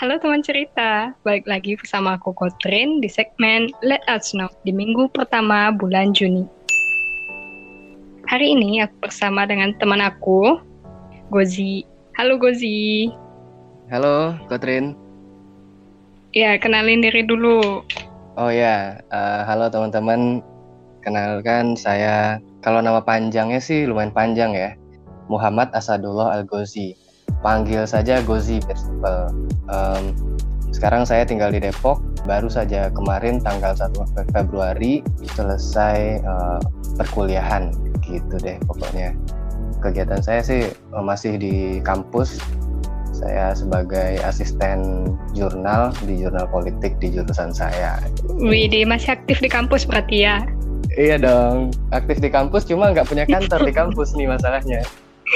Halo teman cerita, balik lagi bersama aku Kotrin di segmen Let Us Know di minggu pertama bulan Juni. Hari ini aku bersama dengan teman aku, Gozi. Halo Gozi. Halo, Kotrin. Ya, kenalin diri dulu. Oh ya, halo teman-teman. Kenalkan saya, kalau nama panjangnya sih lumayan panjang ya. Muhammad Asadullah Al-Ghozi. Panggil saja Ghozi biar simpel. Sekarang saya tinggal di Depok. Baru saja kemarin tanggal 1 Februari selesai perkuliahan gitu deh pokoknya. Kegiatan saya sih masih di kampus. Saya sebagai asisten jurnal di jurnal politik di jurusan saya. Widih, masih aktif di kampus berarti ya? Iya dong, aktif di kampus cuma nggak punya kantor di kampus nih masalahnya.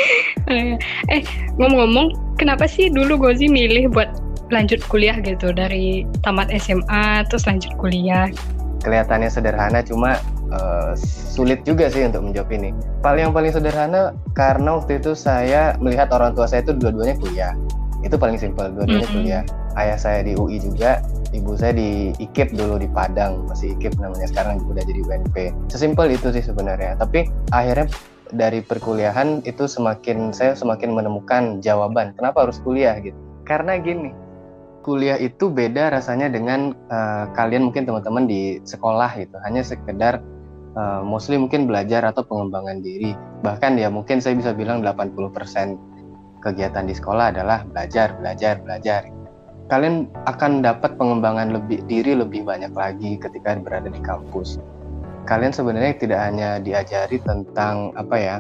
Ngomong-ngomong, kenapa sih dulu Gozi milih buat lanjut kuliah gitu dari tamat SMA terus lanjut kuliah? Kelihatannya sederhana cuma sulit juga sih untuk menjawab ini. Yang paling sederhana karena waktu itu saya melihat orang tua saya itu dua-duanya kuliah. Itu paling simpel, dua-duanya kuliah. Ayah saya di UI juga, ibu saya di IKIP dulu di Padang, masih IKIP namanya, sekarang udah jadi UNP. Sesimpel itu sih sebenarnya. Tapi akhirnya dari perkuliahan itu saya semakin menemukan jawaban kenapa harus kuliah gitu. Karena gini, kuliah itu beda rasanya dengan kalian mungkin teman-teman di sekolah gitu, hanya sekedar mostly mungkin belajar atau pengembangan diri. Bahkan ya mungkin saya bisa bilang 80% kegiatan di sekolah adalah belajar. Kalian akan dapat pengembangan diri lebih banyak lagi ketika berada di kampus. Kalian sebenarnya tidak hanya diajari tentang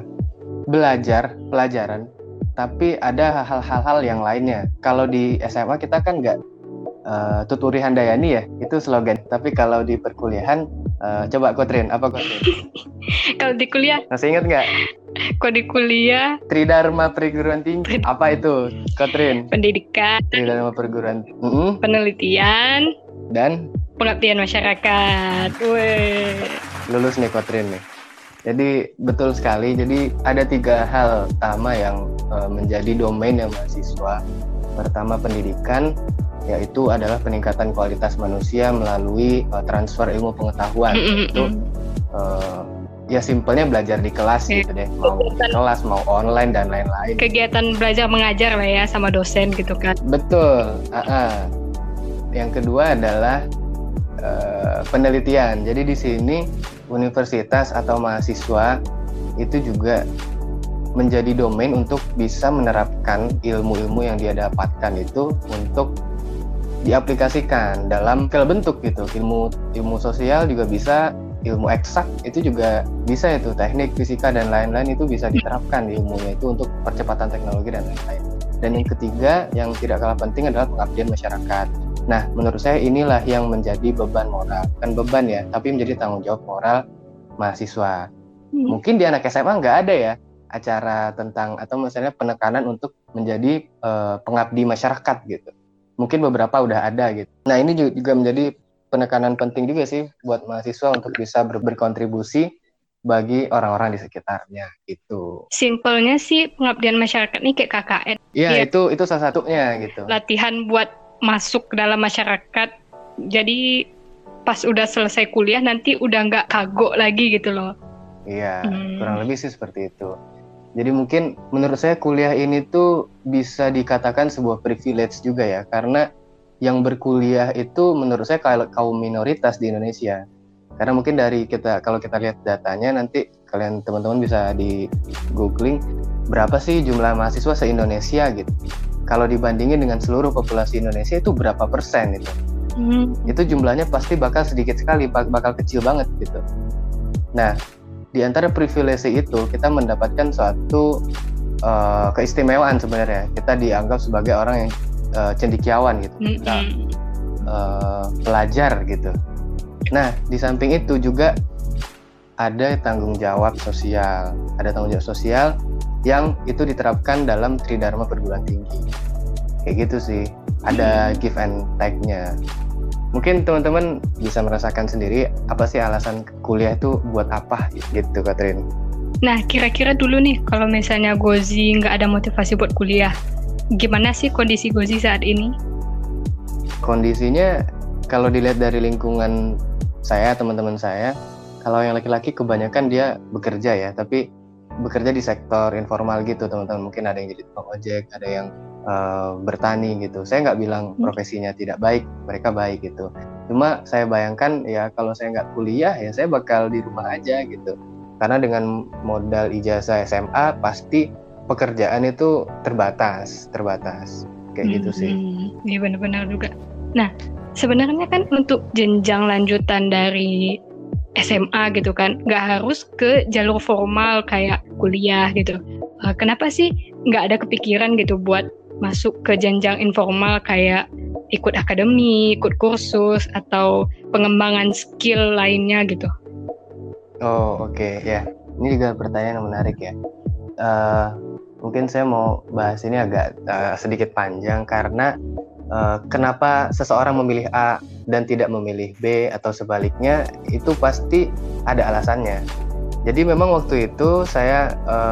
pelajaran, tapi ada hal-hal yang lainnya. Kalau di SMA kita kan nggak tuturi handayani ya, itu slogan. Tapi kalau di perkuliahan, coba Kotrin, apa Kotrin? Kalau di kuliah? Masih ingat nggak? Kalau di kuliah? Tridharma perguruan tinggi. Apa itu, Kotrin? Pendidikan. Tridharma perguruan tinggi. Penelitian. Dan? Pengabdian masyarakat. Weh. Lulus nih Kotrin nih. Jadi betul sekali. Jadi ada 3 hal utama yang menjadi domain yang mahasiswa. Pertama pendidikan, yaitu adalah peningkatan kualitas manusia melalui transfer ilmu pengetahuan. Itu ya simpelnya belajar di kelas gitu deh, mau di kelas mau online dan lain-lain. Kegiatan belajar mengajar lah ya sama dosen gitu kan. Betul. Yang kedua adalah penelitian. Jadi di sini universitas atau mahasiswa itu juga menjadi domain untuk bisa menerapkan ilmu-ilmu yang dia dapatkan itu untuk diaplikasikan dalam bentuk gitu. Ilmu sosial juga bisa, ilmu eksak itu juga bisa, itu teknik, fisika dan lain-lain itu bisa diterapkan di ilmunya itu untuk percepatan teknologi dan lain-lain. Dan yang ketiga yang tidak kalah penting adalah pengabdian masyarakat. Nah, menurut saya inilah yang menjadi beban moral, kan beban ya, tapi menjadi tanggung jawab moral mahasiswa. Mungkin di anak SMA nggak ada ya acara tentang atau misalnya penekanan untuk menjadi pengabdi masyarakat gitu. Mungkin beberapa udah ada gitu. Nah, ini juga menjadi penekanan penting juga sih buat mahasiswa untuk bisa berkontribusi bagi orang-orang di sekitarnya gitu. Simpelnya sih pengabdian masyarakat ini kayak KKN. Iya, itu salah satunya gitu. Latihan buat masuk ke dalam masyarakat. Jadi pas udah selesai kuliah nanti udah nggak kagok lagi gitu loh. Iya, kurang lebih sih seperti itu. Jadi mungkin menurut saya kuliah ini tuh bisa dikatakan sebuah privilege juga ya, karena yang berkuliah itu menurut saya kaum minoritas di Indonesia. Karena mungkin kalau kita lihat datanya nanti kalian teman-teman bisa di googling berapa sih jumlah mahasiswa se-Indonesia gitu. Kalau dibandingin dengan seluruh populasi Indonesia itu berapa persen itu? Itu jumlahnya pasti bakal sedikit sekali, bakal kecil banget gitu. Nah, di antara privilege itu kita mendapatkan suatu keistimewaan sebenarnya. Kita dianggap sebagai orang yang cendekiawan gitu, kita pelajar gitu. Nah, di samping itu juga ada tanggung jawab sosial. Ada tanggung jawab sosial yang itu diterapkan dalam Tridharma perguruan tinggi. Kayak gitu sih. Ada give and take-nya. Mungkin teman-teman bisa merasakan sendiri apa sih alasan kuliah itu buat apa gitu, Kotrin. Nah, kira-kira dulu nih kalau misalnya Gozi nggak ada motivasi buat kuliah, gimana sih kondisi Gozi saat ini? Kondisinya kalau dilihat dari lingkungan saya, teman-teman saya, kalau yang laki-laki kebanyakan dia bekerja ya, tapi bekerja di sektor informal gitu teman-teman. Mungkin ada yang jadi tukang ojek, ada yang bertani gitu. Saya nggak bilang profesinya tidak baik, mereka baik gitu. Cuma saya bayangkan ya kalau saya nggak kuliah ya saya bakal di rumah aja gitu. Karena dengan modal ijazah SMA pasti pekerjaan itu terbatas kayak gitu sih. Iya benar-benar juga. Nah, sebenarnya kan untuk jenjang lanjutan dari SMA gitu kan, nggak harus ke jalur formal kayak kuliah gitu. Kenapa sih nggak ada kepikiran gitu buat masuk ke jenjang informal kayak ikut akademi, ikut kursus, atau pengembangan skill lainnya gitu? Oh oke. Ya, ini juga pertanyaan yang menarik ya. Mungkin saya mau bahas ini agak sedikit panjang karena kenapa seseorang memilih A dan tidak memilih B atau sebaliknya itu pasti ada alasannya. Jadi memang waktu itu saya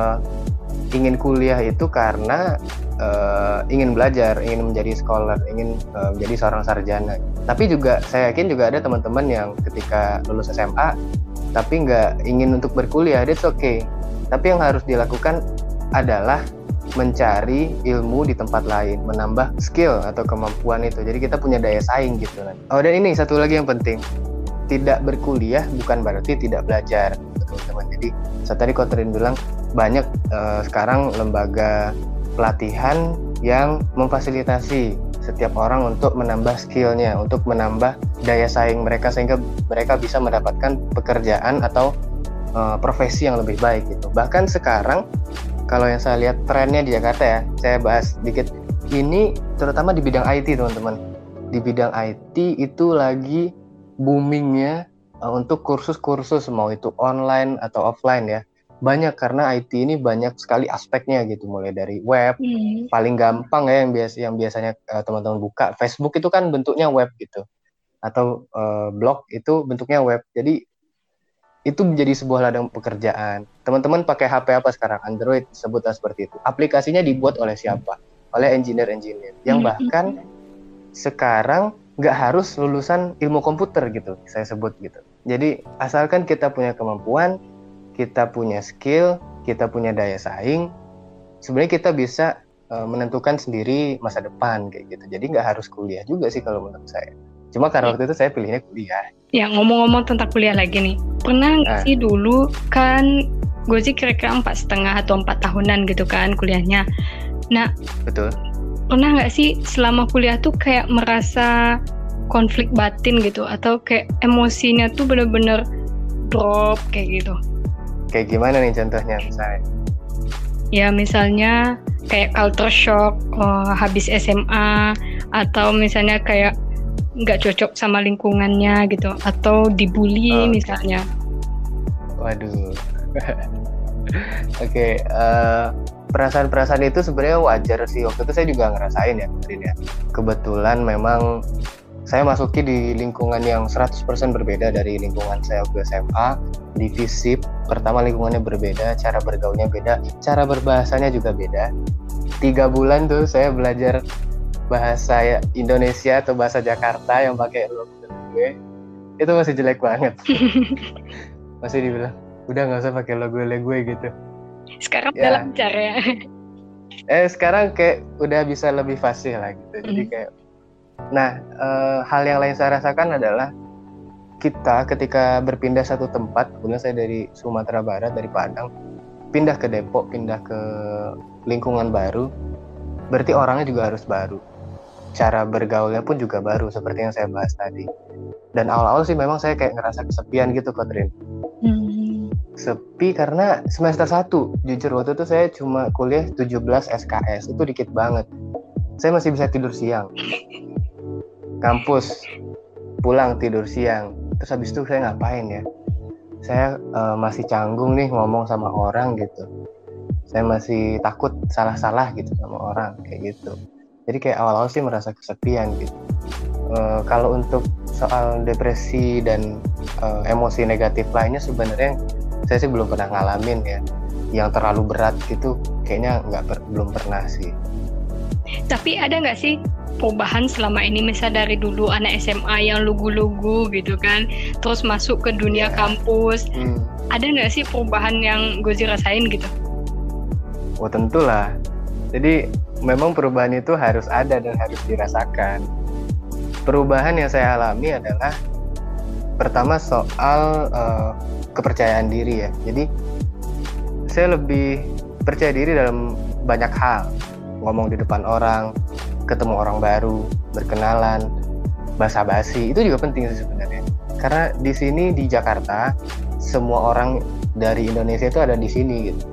ingin kuliah itu karena ingin belajar, ingin menjadi scholar, ingin menjadi seorang sarjana. Tapi juga saya yakin juga ada teman-teman yang ketika lulus SMA tapi nggak ingin untuk berkuliah, that's okay. Tapi yang harus dilakukan adalah mencari ilmu di tempat lain, menambah skill atau kemampuan itu. Jadi kita punya daya saing gitu kan. Oh dan ini satu lagi yang penting, tidak berkuliah bukan berarti tidak belajar, teman-teman. Jadi saya tadi Kotrin bilang banyak sekarang lembaga pelatihan yang memfasilitasi setiap orang untuk menambah skillnya, untuk menambah daya saing mereka sehingga mereka bisa mendapatkan pekerjaan atau profesi yang lebih baik gitu. Bahkan sekarang kalau yang saya lihat trennya di Jakarta ya, saya bahas dikit. Ini terutama di bidang IT teman-teman. Di bidang IT itu lagi boomingnya untuk kursus-kursus, mau itu online atau offline ya. Banyak karena IT ini banyak sekali aspeknya gitu, mulai dari web, paling gampang ya yang biasanya teman-teman buka Facebook itu kan bentuknya web gitu, atau blog itu bentuknya web. Jadi itu menjadi sebuah ladang pekerjaan. Teman-teman pakai HP apa sekarang? Android, sebutlah seperti itu. Aplikasinya dibuat oleh siapa? Oleh engineer-engineer yang bahkan sekarang nggak harus lulusan ilmu komputer gitu, saya sebut gitu. Jadi asalkan kita punya kemampuan, kita punya skill, kita punya daya saing, sebenarnya kita bisa menentukan sendiri masa depan kayak gitu. Jadi nggak harus kuliah juga sih kalau menurut saya. Cuma karena waktu itu saya pilihnya kuliah. Ya ngomong-ngomong tentang kuliah lagi nih, pernah nggak sih dulu kan gue sih kira-kira 4,5 atau 4 tahunan gitu kan kuliahnya. Nah, betul. Pernah nggak sih selama kuliah tuh kayak merasa konflik batin gitu, atau kayak emosinya tuh bener-bener drop kayak gitu? Kayak gimana nih contohnya misalnya? Ya misalnya kayak culture shock habis SMA, atau misalnya kayak nggak cocok sama lingkungannya gitu, atau dibully misalnya. Waduh. Oke, perasaan-perasaan itu sebenarnya wajar sih. Waktu itu saya juga ngerasain ya, ya. Kebetulan memang saya masuki di lingkungan yang 100% berbeda dari lingkungan saya waktu SMA. Di FISIP, pertama lingkungannya berbeda, cara bergaulnya beda, cara berbahasanya juga beda. 3 bulan tuh saya belajar bahasa Indonesia atau bahasa Jakarta yang pakai logo gue. Itu masih jelek banget. Masih dibilang, udah nggak usah pakai logo gue gitu. Sekarang udah lancar ya. Sekarang kayak udah bisa lebih fasih lah gitu. Jadi kayak, nah hal yang lain saya rasakan adalah kita ketika berpindah satu tempat, kemudian saya dari Sumatera Barat, dari Padang, pindah ke Depok, pindah ke lingkungan baru, berarti orangnya juga harus baru. Cara bergaulnya pun juga baru, seperti yang saya bahas tadi. Dan awal-awal sih memang saya kayak ngerasa kesepian gitu, Kotrin. Sepi karena semester 1, jujur waktu itu saya cuma kuliah 17 SKS, itu dikit banget. Saya masih bisa tidur siang. Kampus, pulang tidur siang. Terus habis itu saya ngapain ya? Saya masih canggung nih ngomong sama orang gitu. Saya masih takut salah-salah gitu sama orang, kayak gitu. Jadi kayak awal-awal sih merasa kesepian gitu. Kalau untuk soal depresi dan emosi negatif lainnya sebenarnya saya sih belum pernah ngalamin ya. Yang terlalu berat gitu kayaknya belum pernah sih. Tapi ada nggak sih perubahan selama ini, misal dari dulu anak SMA yang lugu-lugu gitu kan, terus masuk ke dunia kampus, ada nggak sih perubahan yang Gozi rasain gitu? Oh tentulah. Jadi memang perubahan itu harus ada dan harus dirasakan. Perubahan yang saya alami adalah pertama soal kepercayaan diri ya. Jadi saya lebih percaya diri dalam banyak hal. Ngomong di depan orang, ketemu orang baru, berkenalan, basa-basi, itu juga penting sih sebenarnya. Karena di sini di Jakarta, semua orang dari Indonesia itu ada di sini gitu.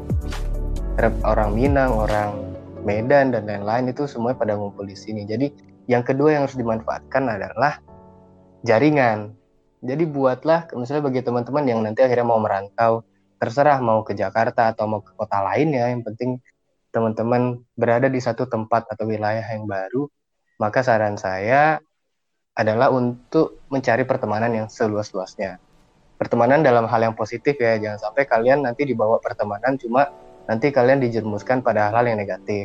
Orang Minang, orang Medan dan lain-lain itu semuanya pada ngumpul di sini. Jadi yang kedua yang harus dimanfaatkan adalah jaringan. Jadi buatlah, misalnya bagi teman-teman yang nanti akhirnya mau merantau, terserah mau ke Jakarta atau mau ke kota lainnya, yang penting teman-teman berada di satu tempat atau wilayah yang baru, maka saran saya adalah untuk mencari pertemanan yang seluas-luasnya. Pertemanan dalam hal yang positif ya, jangan sampai kalian nanti dibawa pertemanan cuma nanti kalian dijerumuskan pada hal-hal yang negatif.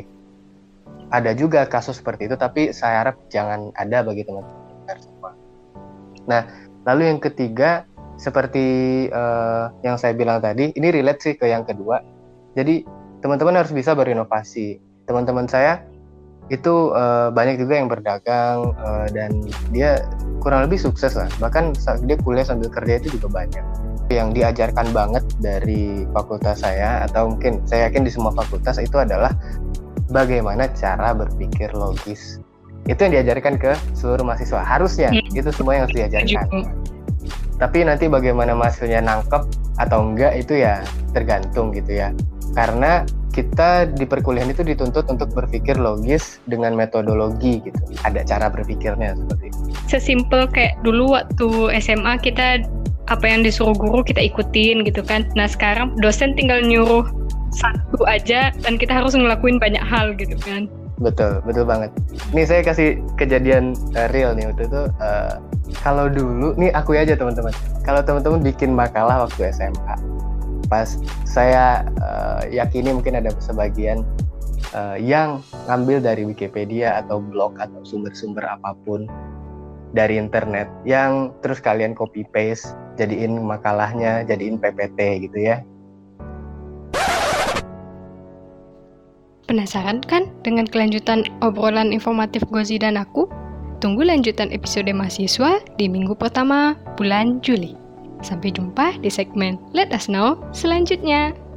Ada juga kasus seperti itu, tapi saya harap jangan ada bagi teman-teman semua. Nah, lalu yang ketiga, seperti yang saya bilang tadi, ini relate sih ke yang kedua. Jadi teman-teman harus bisa berinovasi. Teman-teman saya itu banyak juga yang berdagang dan dia kurang lebih sukses lah. Bahkan dia kuliah sambil kerja itu juga banyak. Yang diajarkan banget dari fakultas saya, atau mungkin saya yakin di semua fakultas, itu adalah bagaimana cara berpikir logis. Itu yang diajarkan ke seluruh mahasiswa. Harusnya itu semua yang harus diajarkan. Tapi nanti bagaimana mahasiswanya nangkep atau enggak itu ya tergantung gitu ya. Karena kita di perkuliahan itu dituntut untuk berpikir logis dengan metodologi gitu. Ada cara berpikirnya seperti itu. Sesimpel kayak dulu waktu SMA kita apa yang disuruh guru kita ikutin gitu kan. Nah sekarang dosen tinggal nyuruh satu aja dan kita harus ngelakuin banyak hal gitu kan. Betul banget. Nih saya kasih kejadian real nih waktu itu. Kalau dulu, nih akui aja teman-teman. Kalau teman-teman bikin makalah waktu SMA, pas saya yakini mungkin ada sebagian yang ngambil dari Wikipedia atau blog atau sumber-sumber apapun dari internet, yang terus kalian copy paste, jadiin makalahnya, jadiin PPT gitu ya. Penasaran kan dengan kelanjutan obrolan informatif Gozi dan aku? Tunggu lanjutan episode mahasiswa di minggu pertama bulan Juli. Sampai jumpa di segmen Let Us Know selanjutnya.